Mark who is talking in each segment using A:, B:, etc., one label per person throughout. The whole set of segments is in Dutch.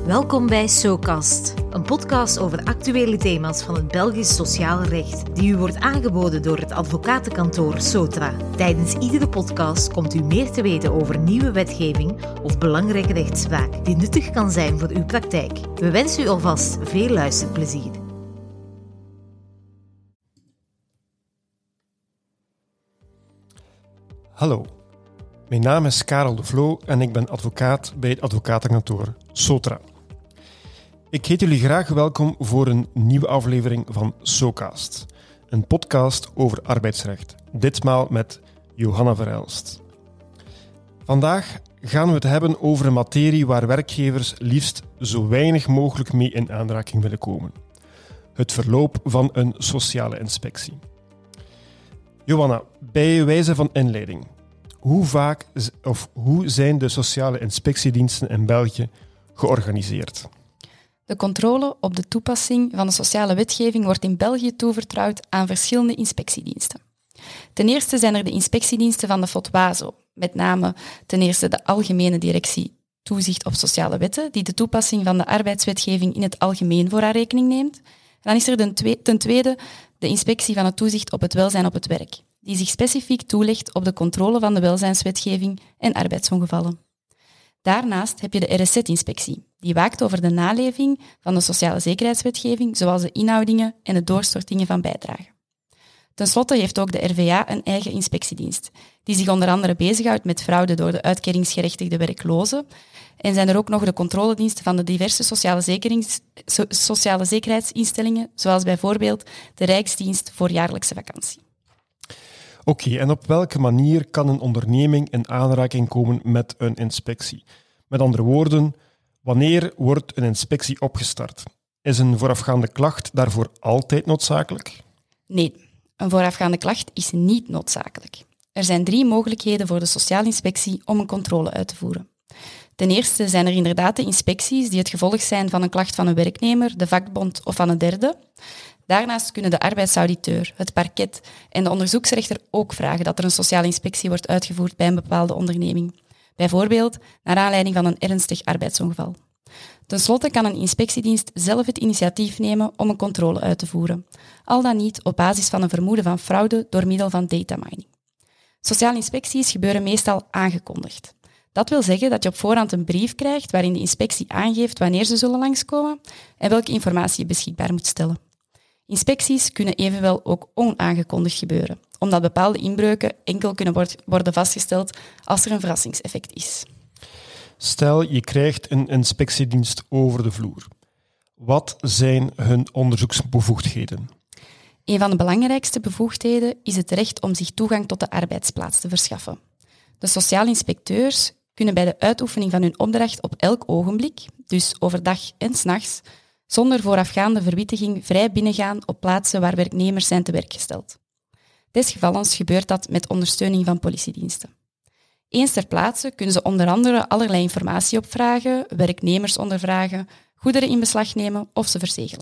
A: Welkom bij SOCAST, een podcast over actuele thema's van het Belgisch sociaal recht, die u wordt aangeboden door het advocatenkantoor SOTRA. Tijdens iedere podcast komt u meer te weten over nieuwe wetgeving of belangrijke rechtspraak die nuttig kan zijn voor uw praktijk. We wensen u alvast veel luisterplezier.
B: Hallo, mijn naam is Karel de Vloo en ik ben advocaat bij het advocatenkantoor SOTRA. Ik heet jullie graag welkom voor een nieuwe aflevering van SOCAST, een podcast over arbeidsrecht, ditmaal met Johanna Verhelst. Vandaag gaan we het hebben over een materie waar werkgevers liefst zo weinig mogelijk mee in aanraking willen komen: het verloop van een sociale inspectie. Johanna, bij wijze van inleiding, hoe zijn de sociale inspectiediensten in België georganiseerd?
C: De controle op de toepassing van de sociale wetgeving wordt in België toevertrouwd aan verschillende inspectiediensten. Ten eerste zijn er de inspectiediensten van de FOTWASO, met name ten eerste de Algemene Directie Toezicht op Sociale Wetten, die de toepassing van de arbeidswetgeving in het algemeen voor haar rekening neemt. En dan is er ten tweede de Inspectie van het Toezicht op het Welzijn op het Werk, die zich specifiek toelegt op de controle van de welzijnswetgeving en arbeidsongevallen. Daarnaast heb je de RSZ-inspectie, die waakt over de naleving van de sociale zekerheidswetgeving, zoals de inhoudingen en de doorstortingen van bijdragen. Ten slotte heeft ook de RVA een eigen inspectiedienst, die zich onder andere bezighoudt met fraude door de uitkeringsgerechtigde werklozen. En zijn er ook nog de controlediensten van de diverse sociale zekerheidsinstellingen, zoals bijvoorbeeld de Rijksdienst voor jaarlijkse vakantie.
B: Oké, en op welke manier kan een onderneming in aanraking komen met een inspectie? Met andere woorden, wanneer wordt een inspectie opgestart? Is een voorafgaande klacht daarvoor altijd noodzakelijk?
C: Nee, een voorafgaande klacht is niet noodzakelijk. Er zijn 3 mogelijkheden voor de sociale inspectie om een controle uit te voeren. Ten eerste zijn er inderdaad de inspecties die het gevolg zijn van een klacht van een werknemer, de vakbond of van een derde. Daarnaast kunnen de arbeidsauditeur, het parket en de onderzoeksrechter ook vragen dat er een sociale inspectie wordt uitgevoerd bij een bepaalde onderneming. Bijvoorbeeld naar aanleiding van een ernstig arbeidsongeval. Ten slotte kan een inspectiedienst zelf het initiatief nemen om een controle uit te voeren. Al dan niet op basis van een vermoeden van fraude door middel van datamining. Sociale inspecties gebeuren meestal aangekondigd. Dat wil zeggen dat je op voorhand een brief krijgt waarin de inspectie aangeeft wanneer ze zullen langskomen en welke informatie je beschikbaar moet stellen. Inspecties kunnen evenwel ook onaangekondigd gebeuren, omdat bepaalde inbreuken enkel kunnen worden vastgesteld als er een verrassingseffect is.
B: Stel, je krijgt een inspectiedienst over de vloer. Wat zijn hun onderzoeksbevoegdheden?
C: Een van de belangrijkste bevoegdheden is het recht om zich toegang tot de arbeidsplaats te verschaffen. De sociale inspecteurs kunnen bij de uitoefening van hun opdracht op elk ogenblik, dus overdag en 's nachts, zonder voorafgaande verwittiging vrij binnengaan op plaatsen waar werknemers zijn te werk gesteld. Desgevallens gebeurt dat met ondersteuning van politiediensten. Eens ter plaatse kunnen ze onder andere allerlei informatie opvragen, werknemers ondervragen, goederen in beslag nemen of ze verzegelen.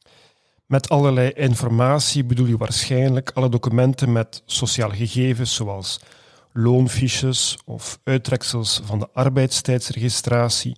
B: Met allerlei informatie bedoel je waarschijnlijk alle documenten met sociale gegevens, zoals loonfiches of uittreksels van de arbeidstijdsregistratie.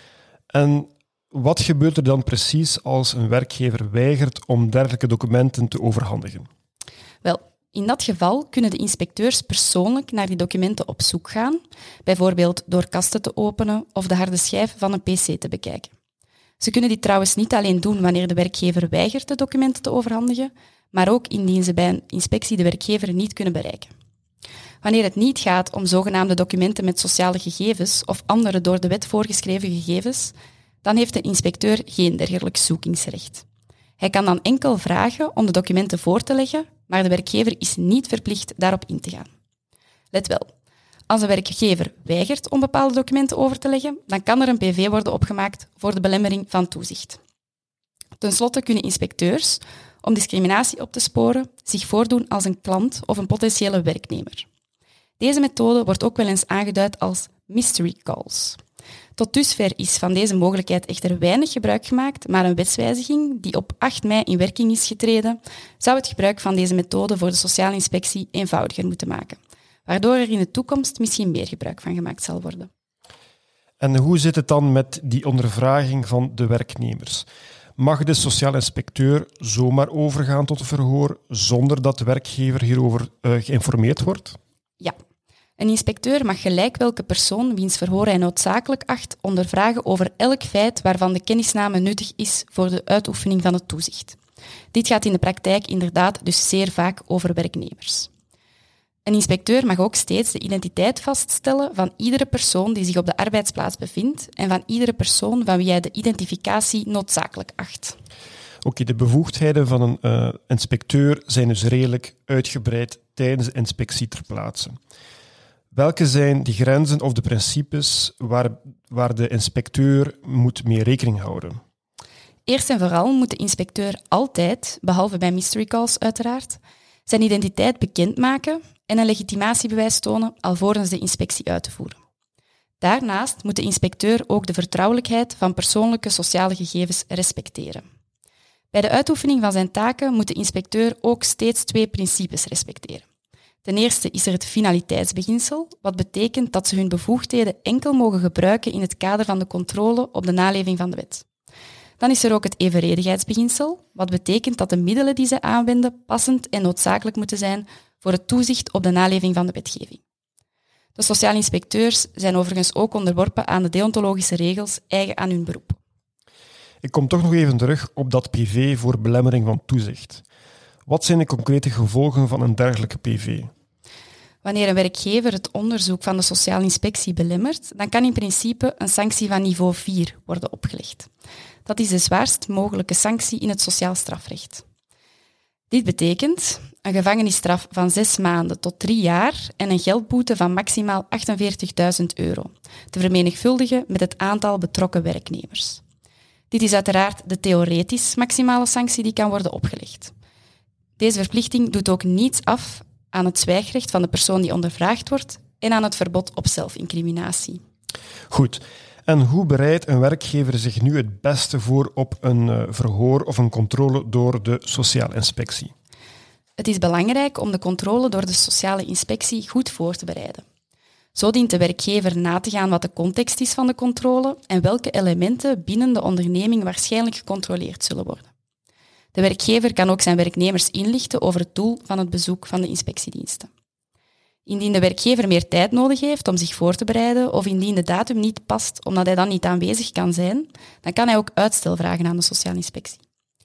B: En wat gebeurt er dan precies als een werkgever weigert om dergelijke documenten te overhandigen?
C: Wel, in dat geval kunnen de inspecteurs persoonlijk naar die documenten op zoek gaan, bijvoorbeeld door kasten te openen of de harde schijf van een pc te bekijken. Ze kunnen dit trouwens niet alleen doen wanneer de werkgever weigert de documenten te overhandigen, maar ook indien ze bij een inspectie de werkgever niet kunnen bereiken. Wanneer het niet gaat om zogenaamde documenten met sociale gegevens of andere door de wet voorgeschreven gegevens, dan heeft de inspecteur geen dergelijk zoekingsrecht. Hij kan dan enkel vragen om de documenten voor te leggen, maar de werkgever is niet verplicht daarop in te gaan. Let wel, als een werkgever weigert om bepaalde documenten over te leggen, dan kan er een PV worden opgemaakt voor de belemmering van toezicht. Ten slotte kunnen inspecteurs, om discriminatie op te sporen, zich voordoen als een klant of een potentiële werknemer. Deze methode wordt ook wel eens aangeduid als mystery calls. Tot dusver is van deze mogelijkheid echter weinig gebruik gemaakt, maar een wetswijziging die op 8 mei in werking is getreden, zou het gebruik van deze methode voor de sociale inspectie eenvoudiger moeten maken, waardoor er in de toekomst misschien meer gebruik van gemaakt zal worden.
B: En hoe zit het dan met die ondervraging van de werknemers? Mag de sociaal inspecteur zomaar overgaan tot een verhoor zonder dat de werkgever hierover geïnformeerd wordt?
C: Ja. Een inspecteur mag gelijk welke persoon wiens verhoor hij noodzakelijk acht ondervragen over elk feit waarvan de kennisname nuttig is voor de uitoefening van het toezicht. Dit gaat in de praktijk inderdaad dus zeer vaak over werknemers. Een inspecteur mag ook steeds de identiteit vaststellen van iedere persoon die zich op de arbeidsplaats bevindt en van iedere persoon van wie hij de identificatie noodzakelijk acht.
B: Oké, de bevoegdheden van een inspecteur zijn dus redelijk uitgebreid tijdens de inspectie ter plaatse. Welke zijn die grenzen of de principes waar de inspecteur moet mee rekening houden?
C: Eerst en vooral moet de inspecteur altijd, behalve bij mystery calls uiteraard, zijn identiteit bekendmaken en een legitimatiebewijs tonen alvorens de inspectie uit te voeren. Daarnaast moet de inspecteur ook de vertrouwelijkheid van persoonlijke sociale gegevens respecteren. Bij de uitoefening van zijn taken moet de inspecteur ook steeds 2 principes respecteren. Ten eerste is er het finaliteitsbeginsel, wat betekent dat ze hun bevoegdheden enkel mogen gebruiken in het kader van de controle op de naleving van de wet. Dan is er ook het evenredigheidsbeginsel, wat betekent dat de middelen die ze aanwenden passend en noodzakelijk moeten zijn voor het toezicht op de naleving van de wetgeving. De sociaal inspecteurs zijn overigens ook onderworpen aan de deontologische regels eigen aan hun beroep.
B: Ik kom toch nog even terug op dat PV voor belemmering van toezicht. Wat zijn de concrete gevolgen van een dergelijke PV?
C: Wanneer een werkgever het onderzoek van de sociale inspectie belemmert, dan kan in principe een sanctie van niveau 4 worden opgelegd. Dat is de zwaarst mogelijke sanctie in het sociaal strafrecht. Dit betekent een gevangenisstraf van 6 maanden tot 3 jaar en een geldboete van maximaal €48.000, te vermenigvuldigen met het aantal betrokken werknemers. Dit is uiteraard de theoretisch maximale sanctie die kan worden opgelegd. Deze verplichting doet ook niets af aan het zwijgrecht van de persoon die ondervraagd wordt en aan het verbod op zelfincriminatie.
B: Goed. En hoe bereidt een werkgever zich nu het beste voor op een verhoor of een controle door de sociale inspectie?
C: Het is belangrijk om de controle door de sociale inspectie goed voor te bereiden. Zo dient de werkgever na te gaan wat de context is van de controle en welke elementen binnen de onderneming waarschijnlijk gecontroleerd zullen worden. De werkgever kan ook zijn werknemers inlichten over het doel van het bezoek van de inspectiediensten. Indien de werkgever meer tijd nodig heeft om zich voor te bereiden of indien de datum niet past omdat hij dan niet aanwezig kan zijn, dan kan hij ook uitstel vragen aan de sociale inspectie.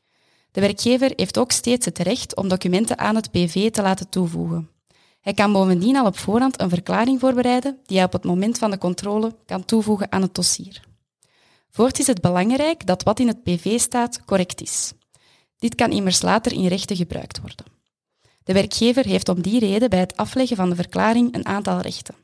C: De werkgever heeft ook steeds het recht om documenten aan het PV te laten toevoegen. Hij kan bovendien al op voorhand een verklaring voorbereiden die hij op het moment van de controle kan toevoegen aan het dossier. Voorts is het belangrijk dat wat in het PV staat correct is. Dit kan immers later in rechten gebruikt worden. De werkgever heeft om die reden bij het afleggen van de verklaring een aantal rechten.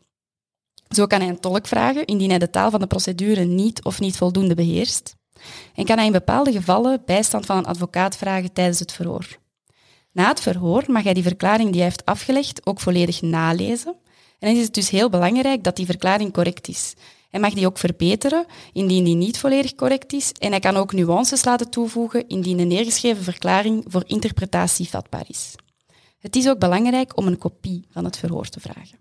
C: Zo kan hij een tolk vragen indien hij de taal van de procedure niet of niet voldoende beheerst. En kan hij in bepaalde gevallen bijstand van een advocaat vragen tijdens het verhoor. Na het verhoor mag hij die verklaring die hij heeft afgelegd ook volledig nalezen. En dan is het dus heel belangrijk dat die verklaring correct is. Hij mag die ook verbeteren indien die niet volledig correct is. En hij kan ook nuances laten toevoegen indien de neergeschreven verklaring voor interpretatie vatbaar is. Het is ook belangrijk om een kopie van het verhoor te vragen.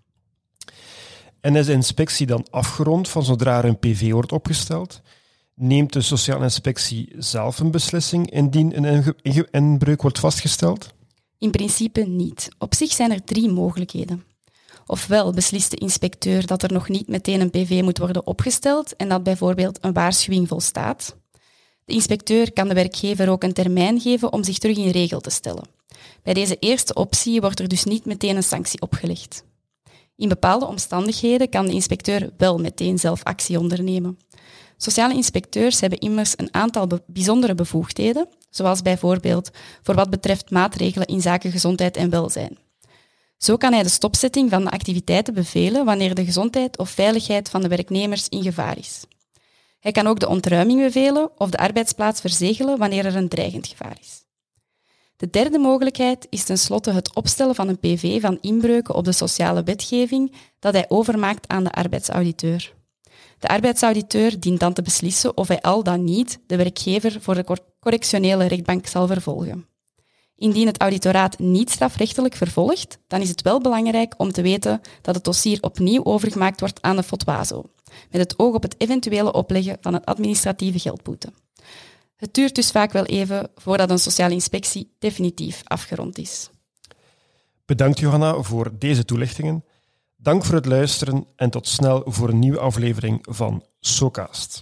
B: En is de inspectie dan afgerond van zodra er een PV wordt opgesteld? Neemt de sociale inspectie zelf een beslissing indien een inbreuk wordt vastgesteld?
C: In principe niet. Op zich zijn er 3 mogelijkheden. Ofwel beslist de inspecteur dat er nog niet meteen een PV moet worden opgesteld en dat bijvoorbeeld een waarschuwing volstaat. De inspecteur kan de werkgever ook een termijn geven om zich terug in regel te stellen. Bij deze eerste optie wordt er dus niet meteen een sanctie opgelegd. In bepaalde omstandigheden kan de inspecteur wel meteen zelf actie ondernemen. Sociale inspecteurs hebben immers een aantal bijzondere bevoegdheden, zoals bijvoorbeeld voor wat betreft maatregelen in zaken gezondheid en welzijn. Zo kan hij de stopzetting van de activiteiten bevelen wanneer de gezondheid of veiligheid van de werknemers in gevaar is. Hij kan ook de ontruiming bevelen of de arbeidsplaats verzegelen wanneer er een dreigend gevaar is. De derde mogelijkheid is tenslotte het opstellen van een PV van inbreuken op de sociale wetgeving dat hij overmaakt aan de arbeidsauditeur. De arbeidsauditeur dient dan te beslissen of hij al dan niet de werkgever voor de correctionele rechtbank zal vervolgen. Indien het auditoraat niet strafrechtelijk vervolgt, dan is het wel belangrijk om te weten dat het dossier opnieuw overgemaakt wordt aan de FOTWASO, met het oog op het eventuele opleggen van een administratieve geldboete. Het duurt dus vaak wel even voordat een sociale inspectie definitief afgerond is.
B: Bedankt Johanna voor deze toelichtingen. Dank voor het luisteren en tot snel voor een nieuwe aflevering van SoCast.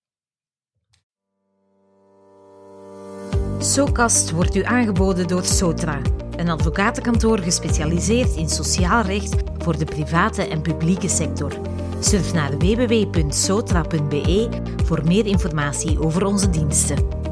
A: SoCast wordt u aangeboden door Sotra, een advocatenkantoor gespecialiseerd in sociaal recht voor de private en publieke sector. Surf naar www.sotra.be voor meer informatie over onze diensten.